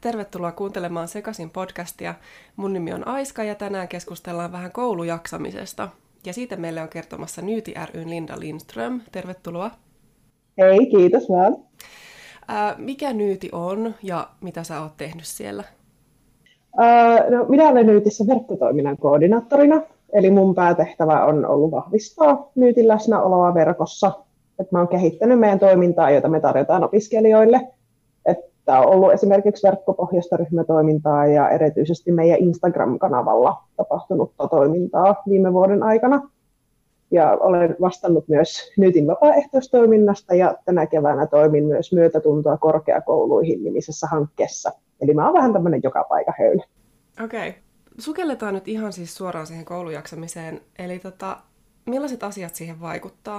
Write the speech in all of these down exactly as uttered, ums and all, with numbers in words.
Tervetuloa kuuntelemaan Sekasin podcastia. Mun nimi on Aiska ja tänään keskustellaan vähän koulujaksamisesta. Ja siitä meille on kertomassa Nyyti ry:n Linda Lindström. Tervetuloa. Hei, kiitos vaan. Ää, mikä Nyyti on ja mitä sä oot tehnyt siellä? Ää, no, minä olen Nyytissä verkkotoiminnan koordinaattorina. Eli mun päätehtävä on ollut vahvistaa Nyytin läsnäoloa verkossa. Et mä oon kehittänyt meidän toimintaa, jota me tarjotaan opiskelijoille. Tämä on ollut esimerkiksi verkkopohjaista ryhmätoimintaa ja erityisesti meidän Instagram-kanavalla tapahtunutta toimintaa viime vuoden aikana. Ja olen vastannut myös Nyytin vapaaehtoistoiminnasta ja tänä keväänä toimin myös myötätuntoa korkeakouluihin nimisessä hankkeessa. Eli mä oon vähän tämmöinen joka paikka höylä. Okei. Okay. Sukelletaan nyt ihan siis suoraan siihen koulujaksamiseen. Eli tota, millaiset asiat siihen vaikuttaa?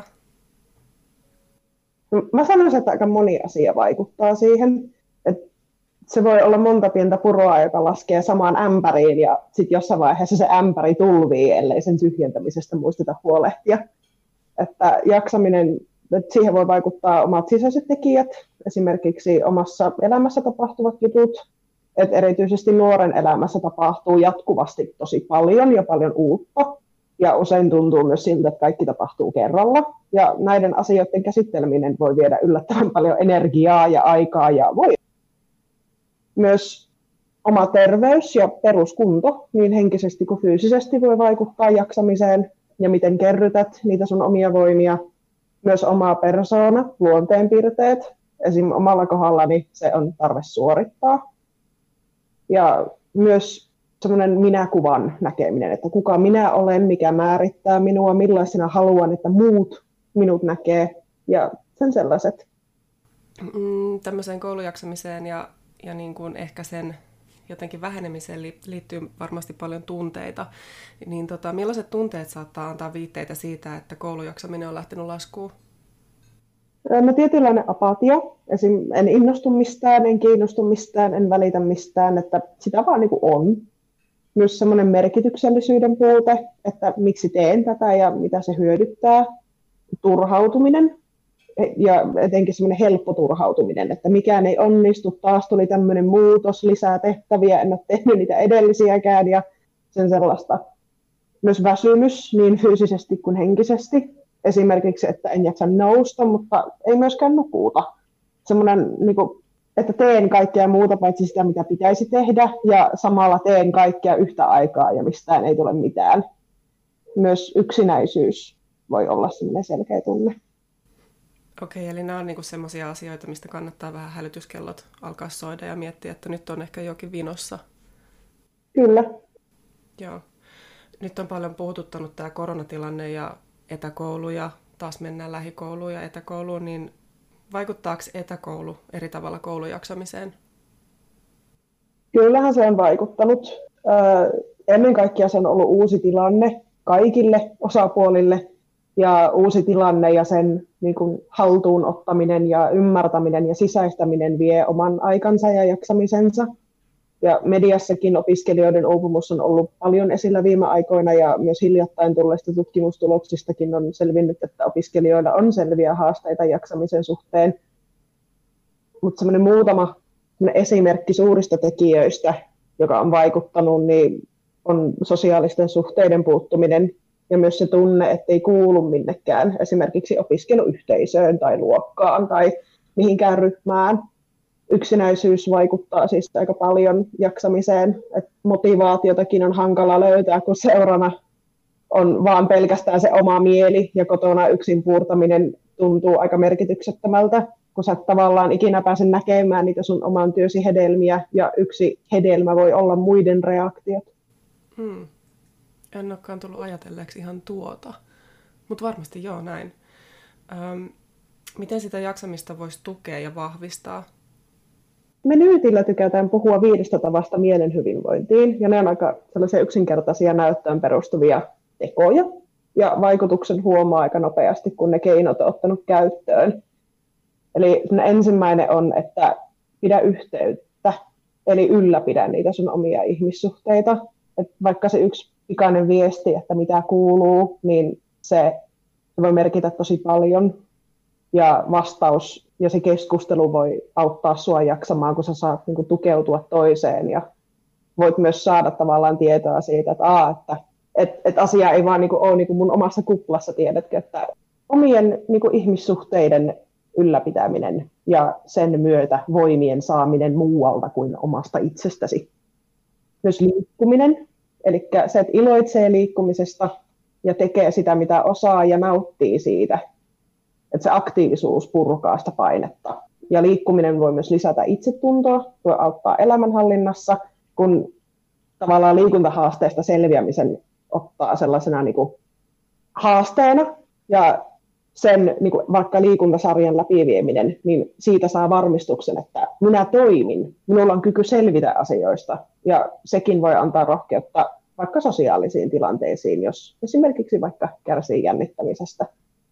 Mä sanoisin, että aika moni asia vaikuttaa siihen. Et se voi olla monta pientä puroa, joka laskee samaan ämpäriin ja sitten jossain vaiheessa se ämpäri tulvii, ellei sen tyhjentämisestä muisteta huolehtia. Että jaksaminen, että siihen voi vaikuttaa omat sisäiset tekijät, esimerkiksi omassa elämässä tapahtuvat jutut. Et erityisesti nuoren elämässä tapahtuu jatkuvasti tosi paljon ja paljon uutta. Ja usein tuntuu myös siltä, että kaikki tapahtuu kerralla. Ja näiden asioiden käsitteleminen voi viedä yllättävän paljon energiaa ja aikaa. Ja voi myös oma terveys ja peruskunto niin henkisesti kuin fyysisesti voi vaikuttaa jaksamiseen. Ja miten kerrytät niitä sun omia voimia. Myös oma persoona, luonteenpiirteet. Esim. Omalla kohdallani se on tarve suorittaa. Ja myös semmoinen minäkuvan näkeminen, että kuka minä olen, mikä määrittää minua, millaisena haluan, että muut minut näkee ja sen sellaiset. Mm, tämmöiseen koulujaksamiseen ja, ja niin kuin ehkä sen jotenkin vähenemiseen liittyy varmasti paljon tunteita. Niin tota, millaiset tunteet saattaa antaa viitteitä siitä, että koulujaksaminen on lähtenyt laskuun? No tietynlainen apatia. Esim. En innostu mistään, en kiinnostu mistään, en välitä mistään, että sitä vaan niin kuin on. Myös semmoinen merkityksellisyyden puute, että miksi teen tätä ja mitä se hyödyttää. Turhautuminen ja etenkin semmoinen helppo turhautuminen, että mikään ei onnistu. Taas tuli tämmöinen muutos, lisää tehtäviä, en ole tehnyt niitä edellisiäkään ja sen sellaista. Myös väsymys niin fyysisesti kuin henkisesti. Esimerkiksi, että en jaksa nousta, mutta ei myöskään nukuta. Semmoinen, niin kuin, että teen kaikkea muuta paitsi sitä, mitä pitäisi tehdä, ja samalla teen kaikkea yhtä aikaa, ja mistään ei tule mitään. Myös yksinäisyys voi olla semmoinen selkeä tunne. Okei, eli nämä on niinku semmoisia asioita, mistä kannattaa vähän hälytyskellot alkaa soida ja miettiä, että nyt on ehkä jokin vinossa. Kyllä. Joo. Nyt on paljon puhututtanut tämä koronatilanne ja etäkoulu ja taas mennään lähikouluun ja etäkouluun, niin vaikuttaako etäkoulu eri tavalla koulujaksamiseen? Kyllähän se on vaikuttanut. Ennen kaikkea se on ollut uusi tilanne kaikille osapuolille ja uusi tilanne ja sen niin kuin, haltuun ottaminen ja ymmärtäminen ja sisäistäminen vie oman aikansa ja jaksamisensa. Ja mediassakin opiskelijoiden uupumus on ollut paljon esillä viime aikoina ja myös hiljattain tulleista tutkimustuloksistakin on selvinnyt, että opiskelijoilla on selviä haasteita jaksamisen suhteen. Mutta semmoinen muutama esimerkki suurista tekijöistä, joka on vaikuttanut, niin on sosiaalisten suhteiden puuttuminen ja myös se tunne, ettei kuulu minnekään esimerkiksi opiskeluyhteisöön tai luokkaan tai mihinkään ryhmään. Yksinäisyys vaikuttaa siis aika paljon jaksamiseen, että motivaatiotakin on hankala löytää, kun seurana on vaan pelkästään se oma mieli ja kotona yksin puurtaminen tuntuu aika merkityksettömältä, kun sä et tavallaan ikinä pääse näkemään niitä sun oman työsi hedelmiä ja yksi hedelmä voi olla muiden reaktiot. Hmm. En olekaan tullut ajatelleeksi ihan tuota, mutta varmasti joo näin. Öm, miten sitä jaksamista voisi tukea ja vahvistaa? Me Nyytillä tykätään puhua viidestä tavasta mielen hyvinvointiin, ja ne on aika sellaisia yksinkertaisia näyttöön perustuvia tekoja, ja vaikutuksen huomaa aika nopeasti, kun ne keinot on ottanut käyttöön. Eli ensimmäinen on, että pidä yhteyttä, eli ylläpidä niitä sun omia ihmissuhteita. Et vaikka se yksi pikainen viesti, että mitä kuuluu, niin se voi merkitä tosi paljon. Ja vastaus ja se keskustelu voi auttaa sua jaksamaan, kun sä saat niin kuin tukeutua toiseen ja voit myös saada tavallaan tietoa siitä, että, aa, että et, et asia ei vaan niin kuin ole niin kuin mun omassa kuplassa, tiedätkö, että omien niin kuin ihmissuhteiden ylläpitäminen ja sen myötä voimien saaminen muualta kuin omasta itsestäsi. Myös liikkuminen, eli se, että iloitsee liikkumisesta ja tekee sitä, mitä osaa ja nauttii siitä. Että se aktiivisuus purkaa sitä painetta. Ja liikkuminen voi myös lisätä itsetuntoa, voi auttaa elämänhallinnassa, kun tavallaan liikuntahaasteesta selviämisen ottaa sellaisena niin kuin haasteena. Ja sen niin kuin vaikka liikuntasarjan läpivieminen, niin siitä saa varmistuksen, että minä toimin, minulla on kyky selvitä asioista. Ja sekin voi antaa rohkeutta vaikka sosiaalisiin tilanteisiin, jos esimerkiksi vaikka kärsii jännittämisestä.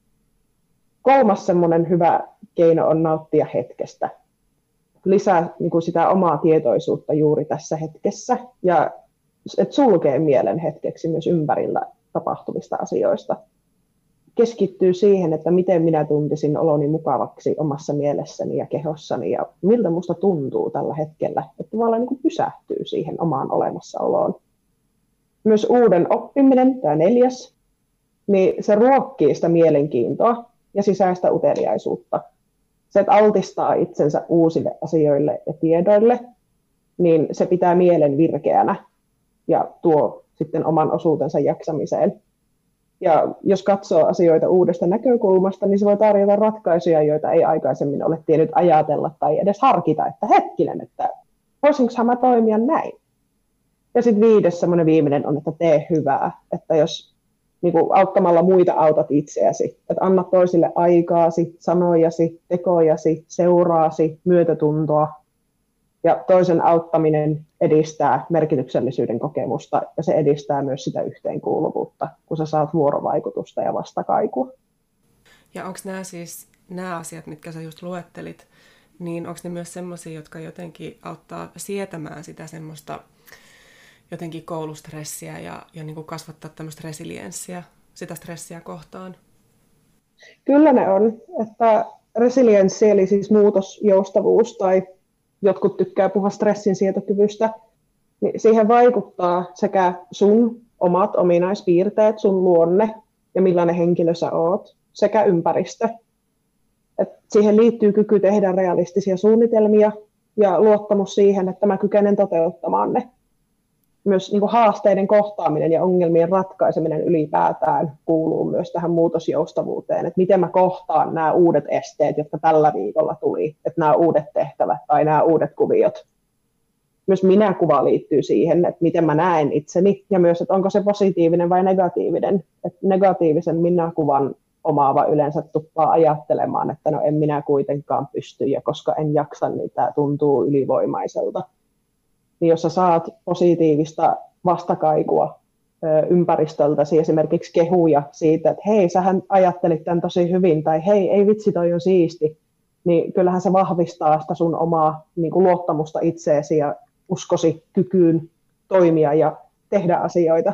Kolmas semmoinen hyvä keino on nauttia hetkestä. Lisää niin kuin sitä omaa tietoisuutta juuri tässä hetkessä ja et sulkee mielen hetkeksi myös ympärillä tapahtuvista asioista. Keskittyy siihen, että miten minä tuntisin oloni mukavaksi omassa mielessäni ja kehossani ja miltä musta tuntuu tällä hetkellä. Että tavallaan niin kuin pysähtyy siihen omaan olemassaoloon. Myös uuden oppiminen, tämä neljäs, niin se ruokkii sitä mielenkiintoa ja sisäistä uteliaisuutta. Se, että altistaa itsensä uusille asioille ja tiedoille, niin se pitää mielen virkeänä ja tuo sitten oman osuutensa jaksamiseen. Ja jos katsoo asioita uudesta näkökulmasta, niin se voi tarjota ratkaisuja, joita ei aikaisemmin ole tiennyt ajatella tai edes harkita, että hetkinen, että voisinko mä toimia näin. Ja sitten viides, semmoinen viimeinen on, että tee hyvää, että jos niin kuin auttamalla muita autat itseäsi, että anna toisille aikaasi, sanojasi, tekojasi, seuraasi, myötätuntoa. Ja toisen auttaminen edistää merkityksellisyyden kokemusta ja se edistää myös sitä yhteenkuuluvuutta, kun sä saat vuorovaikutusta ja vastakaikua. Ja onko nämä siis nämä asiat, mitkä sä just luettelit, niin onko ne myös semmoisia, jotka jotenkin auttaa sietämään sitä semmoista jotenkin koulustressiä ja, ja niin kuin kasvattaa tämmöistä resilienssiä, sitä stressiä kohtaan? Kyllä ne on. Että resilienssi eli siis muutosjoustavuus tai jotkut tykkää puhua stressin sietokyvystä, niin siihen vaikuttaa sekä sun omat ominaispiirteet, sun luonne ja millainen henkilö sä oot, sekä ympäristö. Et siihen liittyy kyky tehdä realistisia suunnitelmia ja luottamus siihen, että mä kykenen toteuttamaan ne. Myös niin kuin haasteiden kohtaaminen ja ongelmien ratkaiseminen ylipäätään kuuluu myös tähän muutosjoustavuuteen, että miten mä kohtaan nämä uudet esteet, jotka tällä viikolla tuli, että nämä uudet tehtävät tai nämä uudet kuviot. Myös minäkuva liittyy siihen, että miten mä näen itseni ja myös, että onko se positiivinen vai negatiivinen. Että negatiivisen minäkuvan omaava yleensä tuppaa ajattelemaan, että no en minä kuitenkaan pysty ja koska en jaksa, niin tämä tuntuu ylivoimaiselta. Niin jos sä saat positiivista vastakaikua ö, ympäristöltäsi, esimerkiksi kehuja siitä, että hei, sähän ajattelit tämän tosi hyvin, tai hei, ei vitsi, toi on siisti, niin kyllähän se vahvistaa sitä sun omaa niin kuin luottamusta itseesi ja uskosi kykyyn toimia ja tehdä asioita.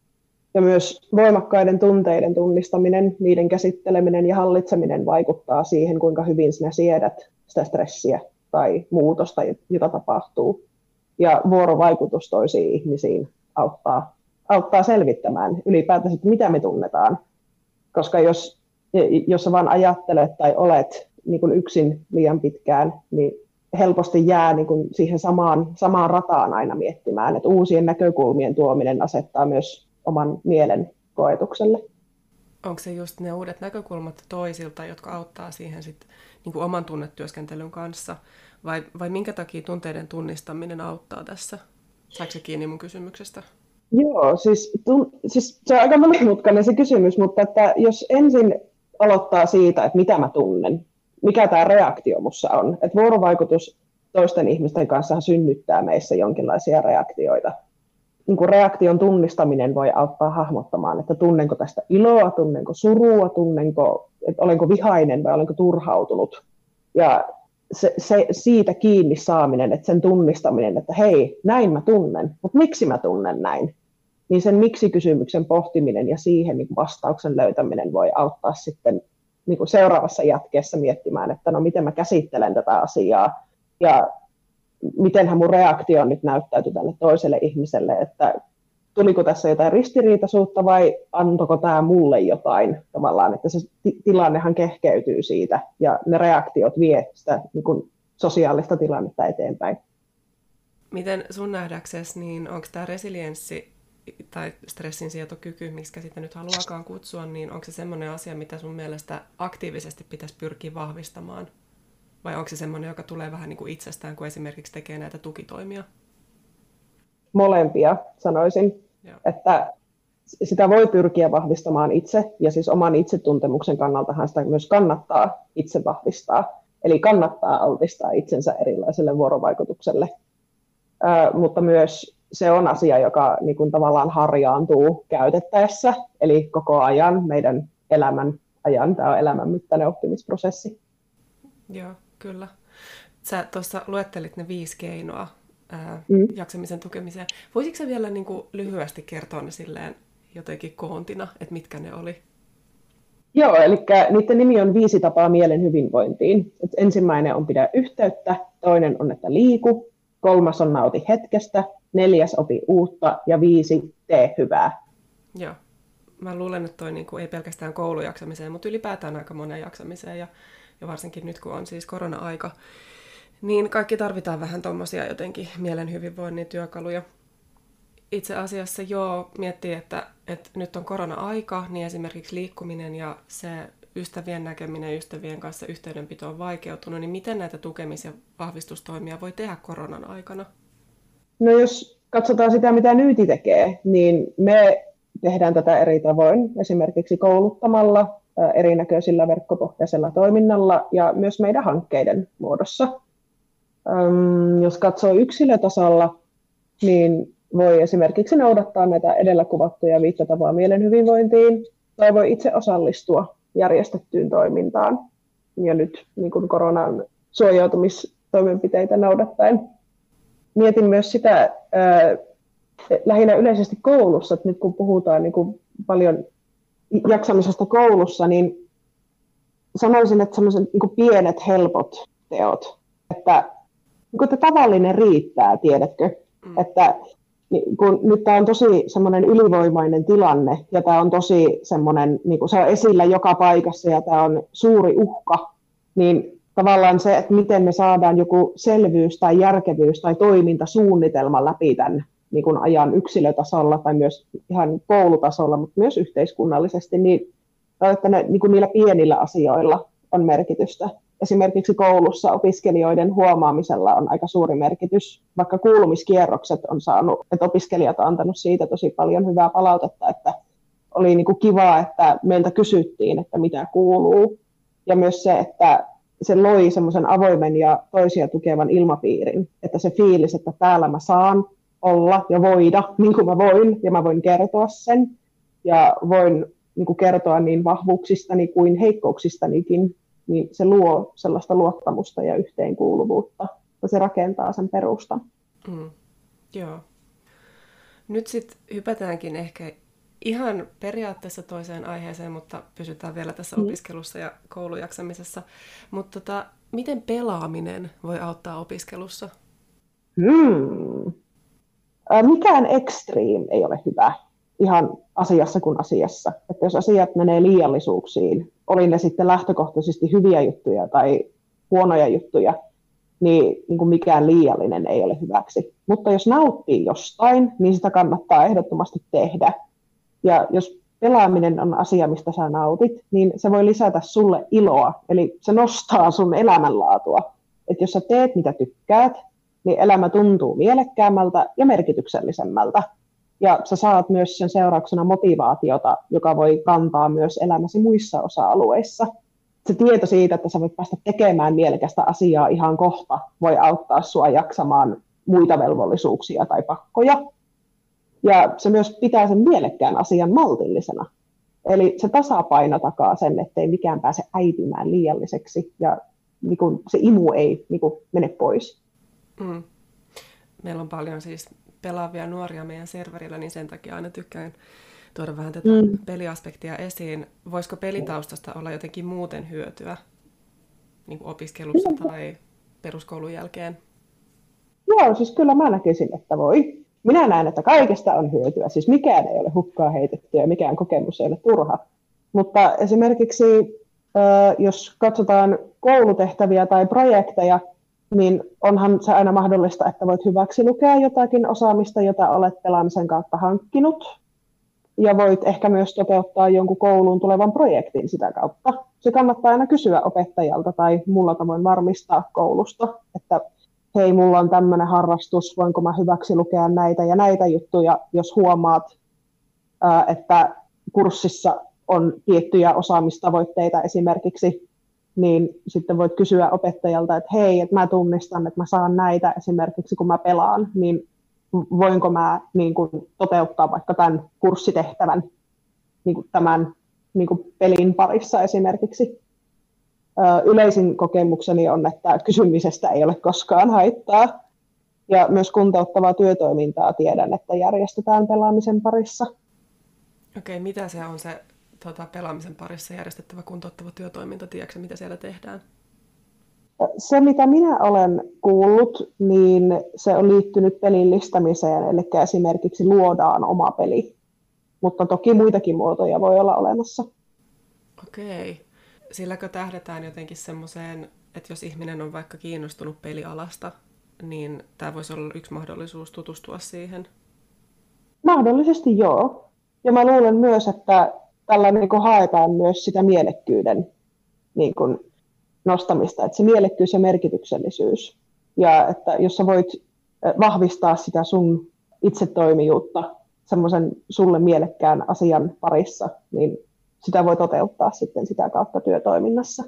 Ja myös voimakkaiden tunteiden tunnistaminen, niiden käsitteleminen ja hallitseminen vaikuttaa siihen, kuinka hyvin sinä siedät sitä stressiä tai muutosta, jota tapahtuu. Ja vuorovaikutus toisiin ihmisiin auttaa, auttaa selvittämään ylipäätään, että mitä me tunnetaan. Koska jos, jos sä vaan ajattelet tai olet niin kuin yksin liian pitkään, niin helposti jää niin kuin siihen samaan, samaan rataan aina miettimään. Että uusien näkökulmien tuominen asettaa myös oman mielen koetukselle. Onko se just ne uudet näkökulmat toisilta, jotka auttaa siihen sit, niin kuin oman tunnetyöskentelyn kanssa? Vai, vai minkä takia tunteiden tunnistaminen auttaa tässä? Saiko se kiinni mun kysymyksestä? Joo, siis, tun, siis se on aika monimutkainen se kysymys, mutta että jos ensin aloittaa siitä, että mitä mä tunnen, mikä tämä reaktio mussa on. Että vuorovaikutus toisten ihmisten kanssa synnyttää meissä jonkinlaisia reaktioita. Niin kuin reaktion tunnistaminen voi auttaa hahmottamaan, että tunnenko tästä iloa, tunnenko surua, tunnenko, että olenko vihainen vai olenko turhautunut. Ja se, se, siitä kiinni saaminen, että sen tunnistaminen, että hei, näin mä tunnen, mutta miksi mä tunnen näin? Niin sen miksi-kysymyksen pohtiminen ja siihen niin vastauksen löytäminen voi auttaa sitten niin kuin seuraavassa jatkeessa miettimään, että no miten mä käsittelen tätä asiaa ja mitenhän mun reaktio nyt näyttäytyi tälle toiselle ihmiselle, että tuliko tässä jotain ristiriitaisuutta vai antoiko tämä mulle jotain tavallaan, että se tilannehan kehkeytyy siitä ja ne reaktiot vie sitä niin kuin sosiaalista tilannetta eteenpäin. Miten sun nähdäksesi, niin onko tämä resilienssi tai stressinsietokyky, miksi sitä nyt haluakaan kutsua, niin onko se semmoinen asia, mitä sun mielestä aktiivisesti pitäisi pyrkiä vahvistamaan? Vai onko se semmoinen, joka tulee vähän niin kuin itsestään, kun esimerkiksi tekee näitä tukitoimia? Molempia sanoisin, Joo. että sitä voi pyrkiä vahvistamaan itse, ja siis oman itsetuntemuksen kannaltahan sitä myös kannattaa itse vahvistaa. Eli kannattaa altistaa itsensä erilaiselle vuorovaikutukselle, Ö, mutta myös se on asia, joka niin kuin tavallaan harjaantuu käytettäessä, eli koko ajan meidän elämän ajan, tämä on elämän mittainen oppimisprosessi. Joo, kyllä. Sä tuossa luettelit ne viisi keinoa ää, mm. jaksamisen tukemiseen. Voisitko sä vielä niin kuin lyhyesti kertoa ne silleen jotenkin koontina, että mitkä ne oli? Joo, eli niiden nimi on viisi tapaa mielen hyvinvointiin. Et ensimmäinen on pidä yhteyttä, toinen on, että liiku, kolmas on nauti hetkestä, neljäs opi uutta ja viisi tee hyvää. Joo. Mä luulen, että toi niinku ei pelkästään koulujaksamiseen, mutta ylipäätään aika monen jaksamiseen ja, ja varsinkin nyt, kun on siis korona-aika, niin kaikki tarvitaan vähän tommosia jotenkin mielen hyvinvoinnin työkaluja. Itse asiassa joo, miettii, että, että nyt on korona-aika, niin esimerkiksi liikkuminen ja se ystävien näkeminen, ystävien kanssa yhteydenpito on vaikeutunut, niin miten näitä tukemis- ja vahvistustoimia voi tehdä koronan aikana? No jos katsotaan sitä, mitä Nyyti tekee, niin me tehdään tätä eri tavoin, esimerkiksi kouluttamalla, erinäköisillä verkkopohjaisella toiminnalla ja myös meidän hankkeiden muodossa. Öm, jos katsoo yksilötasolla, niin voi esimerkiksi noudattaa näitä edellä kuvattuja viittä tapaa mielen hyvinvointiin, tai voi itse osallistua järjestettyyn toimintaan ja nyt niin kuin koronan suojautumistoimenpiteitä noudattaen. Mietin myös sitä ää, lähinnä yleisesti koulussa, että nyt kun puhutaan niin kuin paljon jaksamisesta koulussa, niin sanoisin, että sellaiset niin kuin pienet helpot teot, että, niin kuin, että tavallinen riittää, tiedätkö, mm. että niin kun nyt tämä on tosi semmoinen ylivoimainen tilanne ja tämä on tosi semmoinen, niin kuin se on esillä joka paikassa ja tämä on suuri uhka, niin tavallaan se, että miten me saadaan joku selvyys tai järkevyys tai toimintasuunnitelma läpi tämän niin kuin ajan yksilötasolla tai myös ihan koulutasolla, mutta myös yhteiskunnallisesti, niin että ne, niin kuin niillä pienillä asioilla on merkitystä. Esimerkiksi koulussa opiskelijoiden huomaamisella on aika suuri merkitys, vaikka kuulumiskierrokset on saanut, että opiskelijat on antanut siitä tosi paljon hyvää palautetta, että oli niin kuin kiva, että meiltä kysyttiin, että mitä kuuluu. Ja myös se, että se loi semmoisen avoimen ja toisia tukevan ilmapiirin, että se fiilis, että täällä mä saan olla ja voida niin kuin mä voin, ja mä voin kertoa sen, ja voin niin kuin kertoa niin vahvuuksistani kuin heikkouksistanikin, niin se luo sellaista luottamusta ja yhteenkuuluvuutta, ja se rakentaa sen perustan. Mm, joo. Nyt sitten hypätäänkin ehkä ihan periaatteessa toiseen aiheeseen, mutta pysytään vielä tässä mm. opiskelussa ja koulujaksamisessa. Mutta tota, miten pelaaminen voi auttaa opiskelussa? Hmm. Mikään extreme ei ole hyvä ihan asiassa kuin asiassa. Että jos asiat menee liiallisuuksiin, oli ne sitten lähtökohtaisesti hyviä juttuja tai huonoja juttuja, niin, niin kuin mikään liiallinen ei ole hyväksi. Mutta jos nauttii jostain, niin sitä kannattaa ehdottomasti tehdä. Ja jos pelaaminen on asia, mistä sä nautit, niin se voi lisätä sulle iloa, eli se nostaa sun elämänlaatua. Että jos sä teet mitä tykkäät, niin elämä tuntuu mielekkäämmältä ja merkityksellisemmältä. Ja sä saat myös sen seurauksena motivaatiota, joka voi kantaa myös elämäsi muissa osa-alueissa. Se tieto siitä, että sä voit päästä tekemään mielekästä asiaa ihan kohta, voi auttaa sua jaksamaan muita velvollisuuksia tai pakkoja. Ja se myös pitää sen mielekkään asian maltillisena. Eli se tasapaino takaa sen, ettei mikään pääse äitymään liialliseksi ja niin kun se imu ei niin kun mene pois. Mm. Meillä on paljon siis pelaavia nuoria meidän serverillä, niin sen takia aina tykkään tuoda vähän tätä mm. peliaspektia esiin. Voisiko pelitaustasta olla jotenkin muuten hyötyä niin kuin opiskelussa mm. tai peruskoulun jälkeen? Joo, siis kyllä mä näkisin, että voi. Minä näen, että kaikesta on hyötyä. Siis mikään ei ole hukkaa heitettyä ja mikään kokemus ei ole turha. Mutta esimerkiksi jos katsotaan koulutehtäviä tai projekteja, niin onhan se aina mahdollista, että voit hyväksi lukea jotakin osaamista, jota olet pelaamisen kautta hankkinut. Ja voit ehkä myös toteuttaa jonkun kouluun tulevan projektin sitä kautta. Se kannattaa aina kysyä opettajalta tai mulla tavoin varmistaa koulusta, että hei, mulla on tämmöinen harrastus, voinko mä hyväksi lukea näitä ja näitä juttuja, jos huomaat, että kurssissa on tiettyjä osaamistavoitteita esimerkiksi, niin sitten voit kysyä opettajalta, että hei, että mä tunnistan, että mä saan näitä esimerkiksi, kun mä pelaan, niin voinko mä niin kuin, toteuttaa vaikka tämän kurssitehtävän niin kuin tämän niin kuin pelin parissa esimerkiksi. Yleisin kokemukseni on, että kysymisestä ei ole koskaan haittaa. Ja myös kuntouttavaa työtoimintaa tiedän, että järjestetään pelaamisen parissa. Okei, mitä se on se tota, pelaamisen parissa järjestettävä kuntouttava työtoiminta? Tiedätkö, mitä siellä tehdään? Se, mitä minä olen kuullut, niin se on liittynyt pelillistämiseen, eli esimerkiksi luodaan oma peli. Mutta toki muitakin muotoja voi olla olemassa. Okei. Silläkö tähdätään jotenkin semmoiseen, että jos ihminen on vaikka kiinnostunut pelialasta, niin tämä voisi olla yksi mahdollisuus tutustua siihen? Mahdollisesti joo. Ja mä luulen myös, että tällä niin kuin haetaan myös sitä mielekkyyden niin kuin nostamista, että se mielekkyys ja merkityksellisyys. Ja että jos sä voit vahvistaa sitä sun itsetoimijuutta semmoisen sulle mielekkään asian parissa, niin sitä voi toteuttaa sitten sitä kautta työtoiminnassa.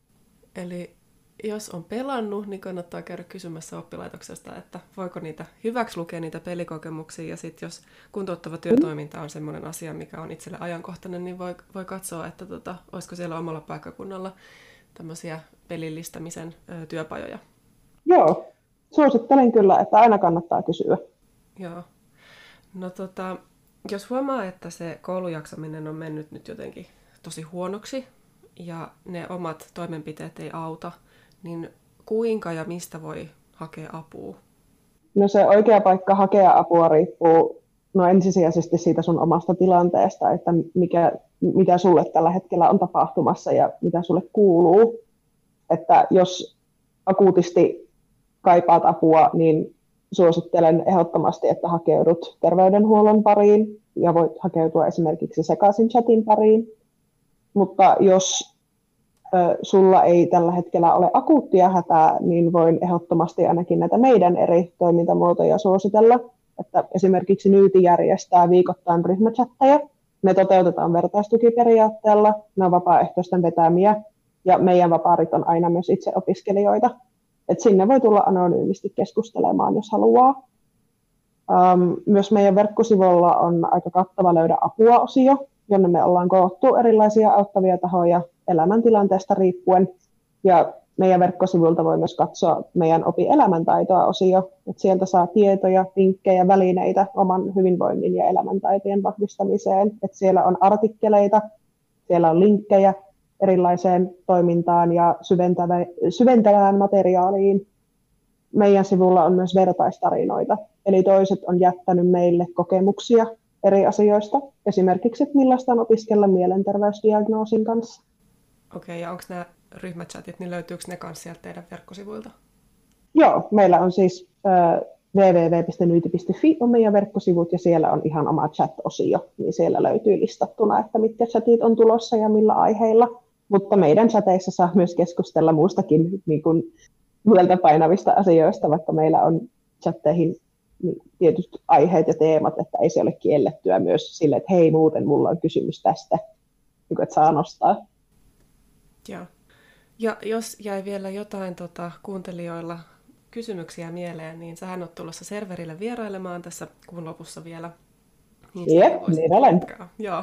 Eli jos on pelannut, niin kannattaa käydä kysymässä oppilaitoksesta, että voiko niitä hyväksi lukea niitä pelikokemuksia. Ja sitten jos kuntouttava työtoiminta on sellainen asia, mikä on itselle ajankohtainen, niin voi, voi katsoa, että tota, olisiko siellä omalla paikkakunnalla tämmöisiä pelillistämisen ö, työpajoja. Joo, suosittelen kyllä, että aina kannattaa kysyä. Joo. No tota, jos huomaa, että se koulujaksaminen on mennyt nyt jotenkin tosi huonoksi ja ne omat toimenpiteet ei auta, niin kuinka ja mistä voi hakea apua? No se oikea paikka hakea apua riippuu no ensisijaisesti siitä sun omasta tilanteesta, että mikä, mitä sulle tällä hetkellä on tapahtumassa ja mitä sulle kuuluu. Että jos akuutisti kaipaat apua, niin suosittelen ehdottomasti, että hakeudut terveydenhuollon pariin ja voit hakeutua esimerkiksi sekaisin chatin pariin. Mutta jos ö, sulla ei tällä hetkellä ole akuuttia hätää, niin voin ehdottomasti ainakin näitä meidän eri toimintamuotoja suositella. Että esimerkiksi Nyyti järjestää viikoittain ryhmächatteja. Ne toteutetaan vertaistukiperiaatteella, ne on vapaaehtoisten vetämiä ja meidän vapaarit on aina myös itse opiskelijoita. Et sinne voi tulla anonyymisti keskustelemaan, jos haluaa. Ähm, myös meidän verkkosivulla on aika kattava löydä apua-osio, jonne me ollaan koottu erilaisia auttavia tahoja elämäntilanteesta riippuen. Ja meidän verkkosivuilta voi myös katsoa meidän opi elämäntaitoa-osio. Et sieltä saa tietoja, vinkkejä, välineitä oman hyvinvoinnin ja elämäntaitojen vahvistamiseen. Et siellä on artikkeleita, siellä on linkkejä erilaiseen toimintaan ja syventävään materiaaliin. Meidän sivulla on myös vertaistarinoita, eli toiset on jättänyt meille kokemuksia eri asioista, esimerkiksi, että millaista on opiskella mielenterveysdiagnoosin kanssa. Okei, ja onko nämä ryhmächatit, niin löytyykö ne kanssa sieltä teidän verkkosivuilta? Joo, meillä on siis äh, double-u double-u double-u piste nyyti piste fi on meidän verkkosivut, ja siellä on ihan oma chat-osio, niin siellä löytyy listattuna, että mitkä chatit on tulossa ja millä aiheilla. Mutta meidän chateissa saa myös keskustella muustakin niin kuin mieltä painavista asioista, vaikka meillä on chatteihin tietyt aiheet ja teemat, että ei se ole kiellettyä myös sille, että hei, muuten mulla on kysymys tästä, että saa nostaa. Joo. Ja jos jäi vielä jotain tota, kuuntelijoilla kysymyksiä mieleen, niin sähän oot tulossa serverille vierailemaan tässä kuun lopussa vielä. Niin Jep, niin olen. Joo.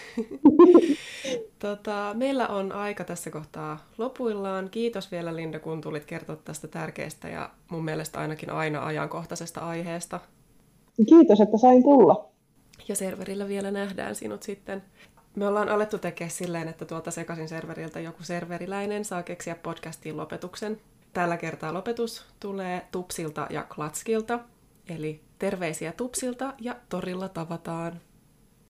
tota, meillä on aika tässä kohtaa lopuillaan. Kiitos vielä, Linda, kun tulit kertoa tästä tärkeästä ja mun mielestä ainakin aina ajankohtaisesta aiheesta. Kiitos, että sain tulla. Ja serverillä vielä nähdään sinut sitten. Me ollaan alettu tekemään silleen, että tuolta Sekaisin serveriltä joku serveriläinen saa keksiä podcastiin lopetuksen. Tällä kertaa lopetus tulee Tupsilta ja Klatskilta, eli terveisiä Tupsilta ja torilla tavataan.